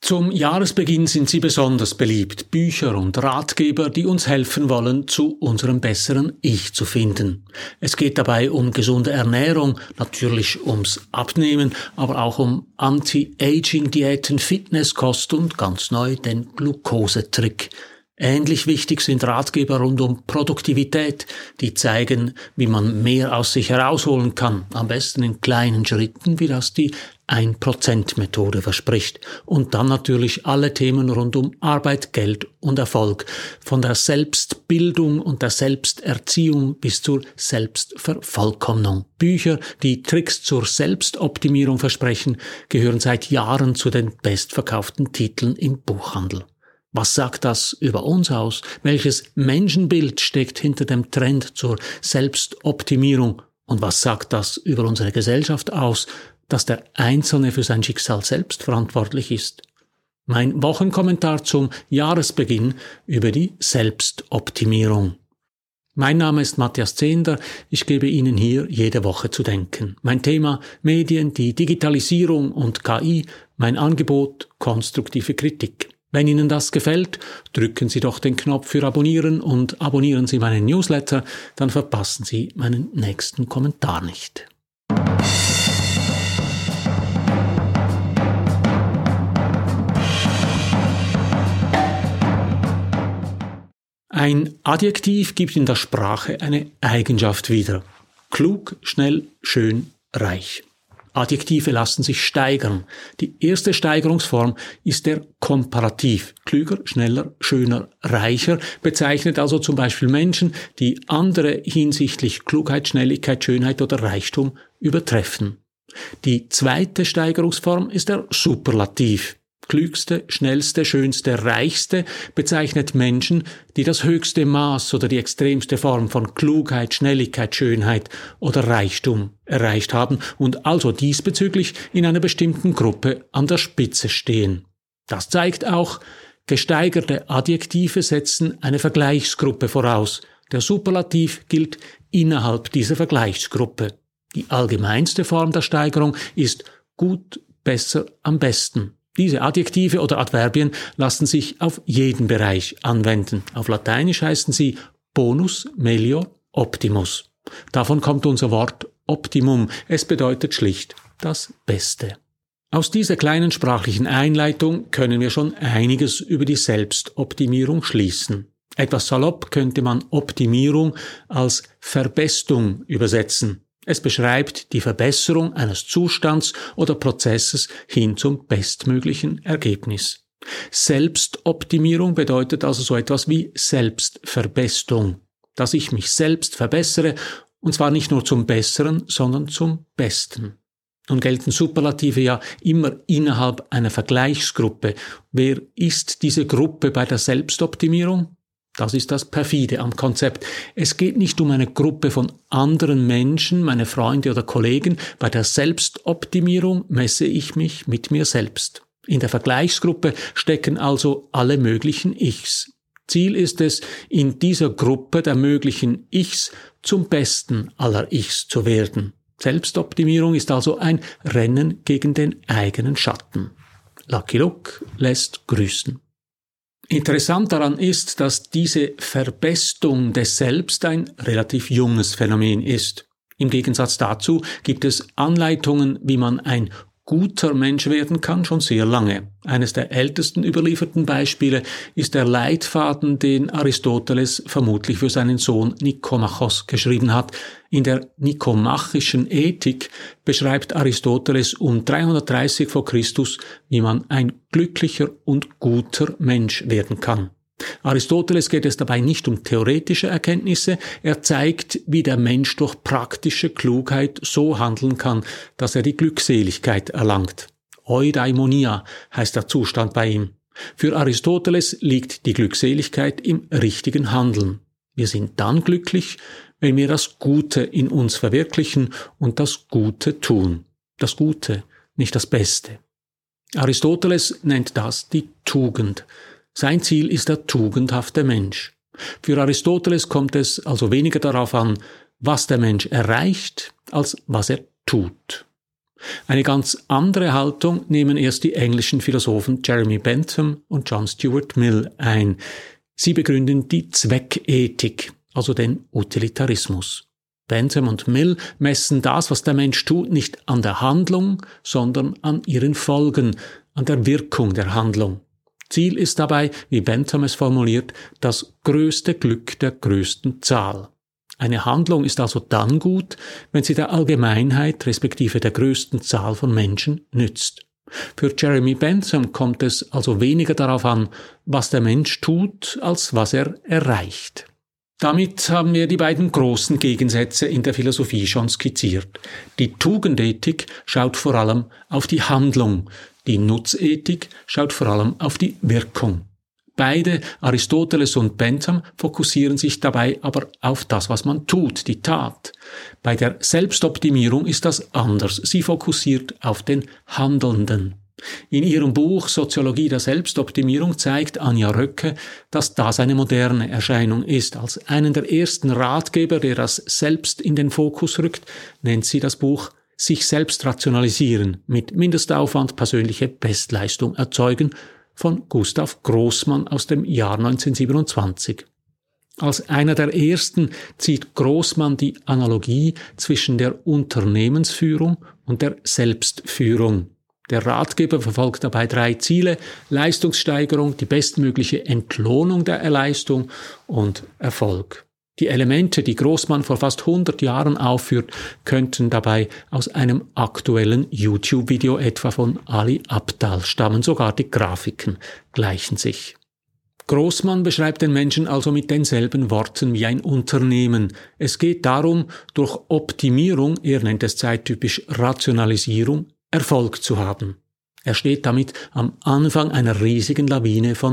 Zum Jahresbeginn sind sie besonders beliebt, Bücher und Ratgeber, die uns helfen wollen, zu unserem besseren Ich zu finden. Es geht dabei um gesunde Ernährung, natürlich ums Abnehmen, aber auch um Anti-Aging-Diäten, Fitnesskost und ganz neu den Glukosetrick. Ähnlich wichtig sind Ratgeber rund um Produktivität, die zeigen, wie man mehr aus sich herausholen kann, am besten in kleinen Schritten, wie das die 1%-Methode verspricht. Und dann natürlich alle Themen rund um Arbeit, Geld und Erfolg, von der Selbstbildung und der Selbsterziehung bis zur Selbstvervollkommnung. Bücher, die Tricks zur Selbstoptimierung versprechen, gehören seit Jahren zu den bestverkauften Titeln im Buchhandel. Was sagt das über uns aus? Welches Menschenbild steckt hinter dem Trend zur Selbstoptimierung? Und was sagt das über unsere Gesellschaft aus, dass der Einzelne für sein Schicksal selbst verantwortlich ist? Mein Wochenkommentar zum Jahresbeginn über die Selbstoptimierung. Mein Name ist Matthias Zehnder, ich gebe Ihnen hier jede Woche zu denken. Mein Thema Medien, die Digitalisierung und KI, mein Angebot konstruktive Kritik. Wenn Ihnen das gefällt, drücken Sie doch den Knopf für Abonnieren und abonnieren Sie meinen Newsletter, dann verpassen Sie meinen nächsten Kommentar nicht. Ein Adjektiv gibt in der Sprache eine Eigenschaft wieder. Klug, schnell, schön, reich. Adjektive lassen sich steigern. Die erste Steigerungsform ist der Komparativ. Klüger, schneller, schöner, reicher bezeichnet also zum Beispiel Menschen, die andere hinsichtlich Klugheit, Schnelligkeit, Schönheit oder Reichtum übertreffen. Die zweite Steigerungsform ist der Superlativ. Klügste, schnellste, schönste, reichste bezeichnet Menschen, die das höchste Maß oder die extremste Form von Klugheit, Schnelligkeit, Schönheit oder Reichtum erreicht haben und also diesbezüglich in einer bestimmten Gruppe an der Spitze stehen. Das zeigt auch, gesteigerte Adjektive setzen eine Vergleichsgruppe voraus. Der Superlativ gilt innerhalb dieser Vergleichsgruppe. Die allgemeinste Form der Steigerung ist gut, besser, am besten. Diese Adjektive oder Adverbien lassen sich auf jeden Bereich anwenden. Auf Lateinisch heißen sie bonus, melior, optimus. Davon kommt unser Wort Optimum. Es bedeutet schlicht das Beste. Aus dieser kleinen sprachlichen Einleitung können wir schon einiges über die Selbstoptimierung schließen. Etwas salopp könnte man Optimierung als Verbestung übersetzen. Es beschreibt die Verbesserung eines Zustands oder Prozesses hin zum bestmöglichen Ergebnis. Selbstoptimierung bedeutet also so etwas wie Selbstverbestung, dass ich mich selbst verbessere, und zwar nicht nur zum Besseren, sondern zum Besten. Nun gelten Superlative ja immer innerhalb einer Vergleichsgruppe. Wer ist diese Gruppe bei der Selbstoptimierung? Das ist das Perfide am Konzept. Es geht nicht um eine Gruppe von anderen Menschen, meine Freunde oder Kollegen. Bei der Selbstoptimierung messe ich mich mit mir selbst. In der Vergleichsgruppe stecken also alle möglichen Ichs. Ziel ist es, in dieser Gruppe der möglichen Ichs zum Besten aller Ichs zu werden. Selbstoptimierung ist also ein Rennen gegen den eigenen Schatten. Lucky Luke lässt grüßen. Interessant daran ist, dass diese Verbestung des Selbst ein relativ junges Phänomen ist. Im Gegensatz dazu gibt es Anleitungen, wie man ein guter Mensch werden kann, schon sehr lange. Eines der ältesten überlieferten Beispiele ist der Leitfaden, den Aristoteles vermutlich für seinen Sohn Nikomachos geschrieben hat. In der nikomachischen Ethik beschreibt Aristoteles um 330 vor Christus, wie man ein glücklicher und guter Mensch werden kann. Aristoteles geht es dabei nicht um theoretische Erkenntnisse, er zeigt, wie der Mensch durch praktische Klugheit so handeln kann, dass er die Glückseligkeit erlangt. Eudaimonia heißt der Zustand bei ihm. Für Aristoteles liegt die Glückseligkeit im richtigen Handeln. Wir sind dann glücklich, wenn wir das Gute in uns verwirklichen und das Gute tun. Das Gute, nicht das Beste. Aristoteles nennt das die Tugend. Sein Ziel ist der tugendhafte Mensch. Für Aristoteles kommt es also weniger darauf an, was der Mensch erreicht, als was er tut. Eine ganz andere Haltung nehmen erst die englischen Philosophen Jeremy Bentham und John Stuart Mill ein. Sie begründen die Zweckethik, also den Utilitarismus. Bentham und Mill messen das, was der Mensch tut, nicht an der Handlung, sondern an ihren Folgen, an der Wirkung der Handlung. Ziel ist dabei, wie Bentham es formuliert, das größte Glück der größten Zahl. Eine Handlung ist also dann gut, wenn sie der Allgemeinheit respektive der größten Zahl von Menschen nützt. Für Jeremy Bentham kommt es also weniger darauf an, was der Mensch tut, als was er erreicht. Damit haben wir die beiden großen Gegensätze in der Philosophie schon skizziert. Die Tugendethik schaut vor allem auf die Handlung, die Nutzethik schaut vor allem auf die Wirkung. Beide, Aristoteles und Bentham, fokussieren sich dabei aber auf das, was man tut, die Tat. Bei der Selbstoptimierung ist das anders. Sie fokussiert auf den Handelnden. In ihrem Buch Soziologie der Selbstoptimierung zeigt Anja Röcke, dass das eine moderne Erscheinung ist. Als einen der ersten Ratgeber, der das Selbst in den Fokus rückt, nennt sie das Buch Sich selbst rationalisieren, mit Mindestaufwand persönliche Bestleistung erzeugen, von Gustav Großmann aus dem Jahr 1927. Als einer der ersten zieht Großmann die Analogie zwischen der Unternehmensführung und der Selbstführung. Der Ratgeber verfolgt dabei 3 Ziele: Leistungssteigerung, die bestmögliche Entlohnung der Leistung und Erfolg. Die Elemente, die Großmann vor fast 100 Jahren aufführt, könnten dabei aus einem aktuellen YouTube-Video etwa von Ali Abdaal stammen. Sogar die Grafiken gleichen sich. Großmann beschreibt den Menschen also mit denselben Worten wie ein Unternehmen. Es geht darum, durch Optimierung, er nennt es zeittypisch Rationalisierung, Erfolg zu haben. Er steht damit am Anfang einer riesigen Lawine von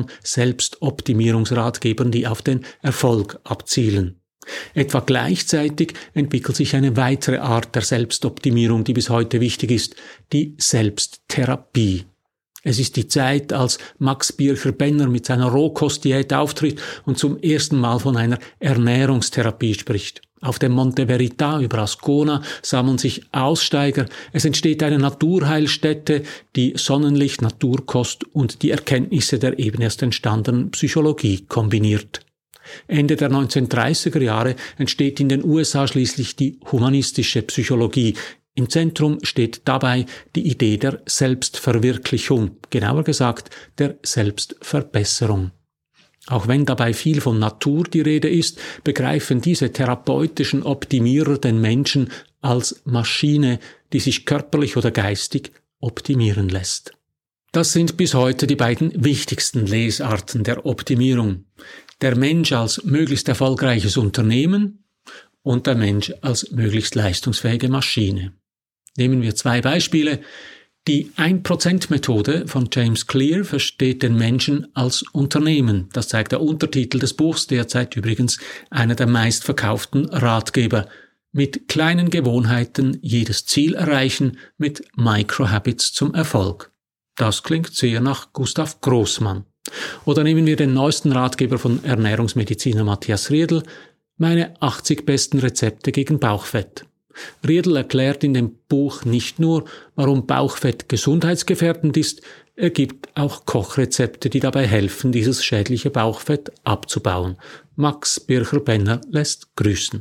Selbstoptimierungsratgebern, die auf den Erfolg abzielen. Etwa gleichzeitig entwickelt sich eine weitere Art der Selbstoptimierung, die bis heute wichtig ist, die Selbsttherapie. Es ist die Zeit, als Max Bircher-Benner mit seiner Rohkostdiät auftritt und zum ersten Mal von einer Ernährungstherapie spricht. Auf dem Monte Verità über Ascona sammeln sich Aussteiger. Es entsteht eine Naturheilstätte, die Sonnenlicht, Naturkost und die Erkenntnisse der eben erst entstandenen Psychologie kombiniert. Ende der 1930er Jahre entsteht in den USA schließlich die humanistische Psychologie. Im Zentrum steht dabei die Idee der Selbstverwirklichung, genauer gesagt der Selbstverbesserung. Auch wenn dabei viel von Natur die Rede ist, begreifen diese therapeutischen Optimierer den Menschen als Maschine, die sich körperlich oder geistig optimieren lässt. Das sind bis heute die beiden wichtigsten Lesarten der Optimierung. Der Mensch als möglichst erfolgreiches Unternehmen und der Mensch als möglichst leistungsfähige Maschine. Nehmen wir 2 Beispiele. Die 1%-Methode von James Clear versteht den Menschen als Unternehmen. Das zeigt der Untertitel des Buchs, derzeit übrigens einer der meistverkauften Ratgeber. Mit kleinen Gewohnheiten jedes Ziel erreichen, mit Microhabits zum Erfolg. Das klingt sehr nach Gustav Großmann. Oder nehmen wir den neuesten Ratgeber von Ernährungsmediziner Matthias Riedl, meine 80 besten Rezepte gegen Bauchfett. Riedl erklärt in dem Buch nicht nur, warum Bauchfett gesundheitsgefährdend ist, er gibt auch Kochrezepte, die dabei helfen, dieses schädliche Bauchfett abzubauen. Max Bircher-Benner lässt grüßen.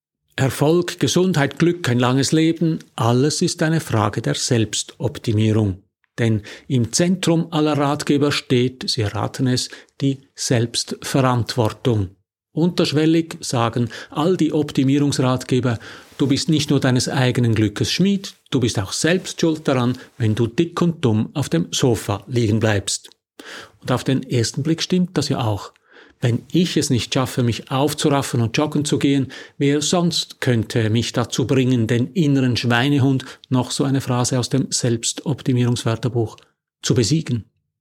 Erfolg, Gesundheit, Glück, ein langes Leben, alles ist eine Frage der Selbstoptimierung. Denn im Zentrum aller Ratgeber steht, Sie erraten es, die Selbstverantwortung. Unterschwellig sagen all die Optimierungsratgeber, du bist nicht nur deines eigenen Glückes Schmied, du bist auch selbst schuld daran, wenn du dick und dumm auf dem Sofa liegen bleibst. Und auf den ersten Blick stimmt das ja auch. Wenn ich es nicht schaffe, mich aufzuraffen und joggen zu gehen, wer sonst könnte mich dazu bringen, den inneren Schweinehund, noch so eine Phrase aus dem Selbstoptimierungswörterbuch, zu besiegen?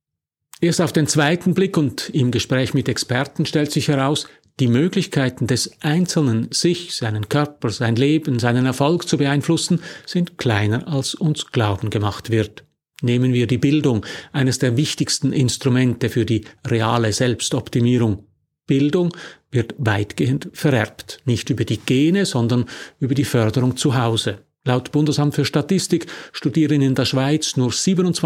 Erst auf den zweiten Blick und im Gespräch mit Experten stellt sich heraus, die Möglichkeiten des Einzelnen, sich, seinen Körper, sein Leben, seinen Erfolg zu beeinflussen, sind kleiner, als uns glauben gemacht wird. Nehmen wir die Bildung, eines der wichtigsten Instrumente für die reale Selbstoptimierung. Bildung wird weitgehend vererbt, nicht über die Gene, sondern über die Förderung zu Hause. Laut Bundesamt für Statistik studieren in der Schweiz nur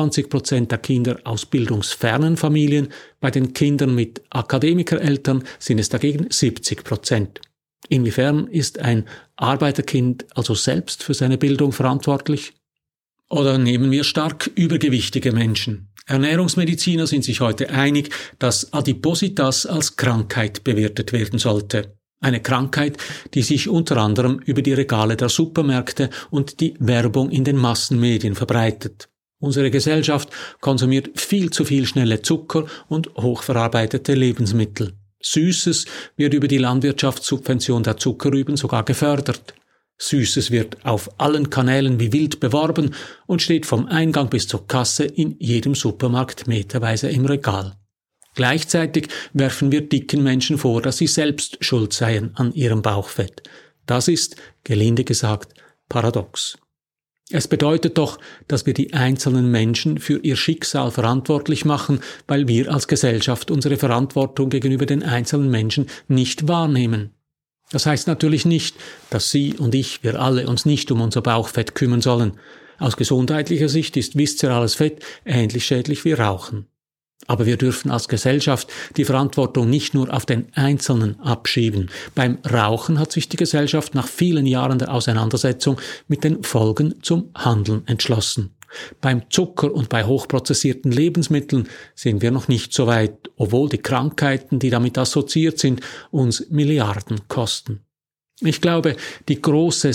27% der Kinder aus bildungsfernen Familien, bei den Kindern mit Akademikereltern sind es dagegen 70%. Inwiefern ist ein Arbeiterkind also selbst für seine Bildung verantwortlich? Oder nehmen wir stark übergewichtige Menschen. Ernährungsmediziner sind sich heute einig, dass Adipositas als Krankheit bewertet werden sollte. Eine Krankheit, die sich unter anderem über die Regale der Supermärkte und die Werbung in den Massenmedien verbreitet. Unsere Gesellschaft konsumiert viel zu viel schnelle Zucker und hochverarbeitete Lebensmittel. Süßes wird über die Landwirtschaftssubvention der Zuckerrüben sogar gefördert. Süßes wird auf allen Kanälen wie wild beworben und steht vom Eingang bis zur Kasse in jedem Supermarkt meterweise im Regal. Gleichzeitig werfen wir dicken Menschen vor, dass sie selbst schuld seien an ihrem Bauchfett. Das ist, gelinde gesagt, paradox. Es bedeutet doch, dass wir die einzelnen Menschen für ihr Schicksal verantwortlich machen, weil wir als Gesellschaft unsere Verantwortung gegenüber den einzelnen Menschen nicht wahrnehmen. Das heißt natürlich nicht, dass Sie und ich, wir alle uns nicht um unser Bauchfett kümmern sollen. Aus gesundheitlicher Sicht ist viszerales Fett ähnlich schädlich wie Rauchen. Aber wir dürfen als Gesellschaft die Verantwortung nicht nur auf den Einzelnen abschieben. Beim Rauchen hat sich die Gesellschaft nach vielen Jahren der Auseinandersetzung mit den Folgen zum Handeln entschlossen. Beim Zucker und bei hochprozessierten Lebensmitteln sind wir noch nicht so weit, obwohl die Krankheiten, die damit assoziiert sind, uns Milliarden kosten. Ich glaube, die große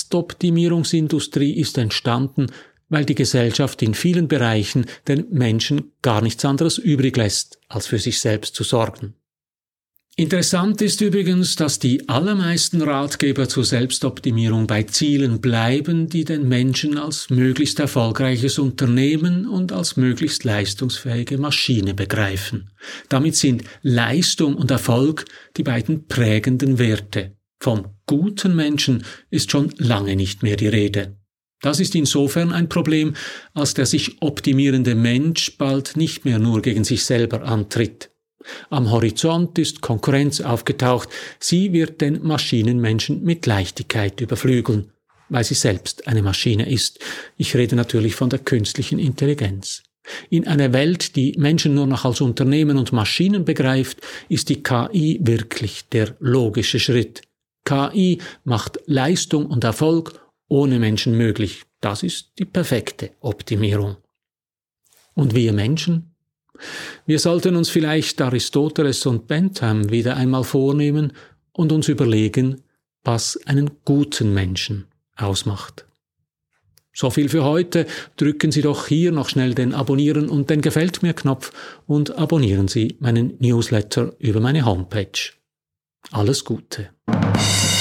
Selbstoptimierungsindustrie ist entstanden, weil die Gesellschaft in vielen Bereichen den Menschen gar nichts anderes übrig lässt, als für sich selbst zu sorgen. Interessant ist übrigens, dass die allermeisten Ratgeber zur Selbstoptimierung bei Zielen bleiben, die den Menschen als möglichst erfolgreiches Unternehmen und als möglichst leistungsfähige Maschine begreifen. Damit sind Leistung und Erfolg die beiden prägenden Werte. Vom guten Menschen ist schon lange nicht mehr die Rede. Das ist insofern ein Problem, als der sich optimierende Mensch bald nicht mehr nur gegen sich selber antritt. Am Horizont ist Konkurrenz aufgetaucht, sie wird den Maschinenmenschen mit Leichtigkeit überflügeln, weil sie selbst eine Maschine ist. Ich rede natürlich von der künstlichen Intelligenz. In einer Welt, die Menschen nur noch als Unternehmen und Maschinen begreift, ist die KI wirklich der logische Schritt. KI macht Leistung und Erfolg ohne Menschen möglich. Das ist die perfekte Optimierung. Und wir Menschen? Wir sollten uns vielleicht Aristoteles und Bentham wieder einmal vornehmen und uns überlegen, was einen guten Menschen ausmacht. So viel für heute. Drücken Sie doch hier noch schnell den Abonnieren und den Gefällt mir Knopf und abonnieren Sie meinen Newsletter über meine Homepage. Alles Gute.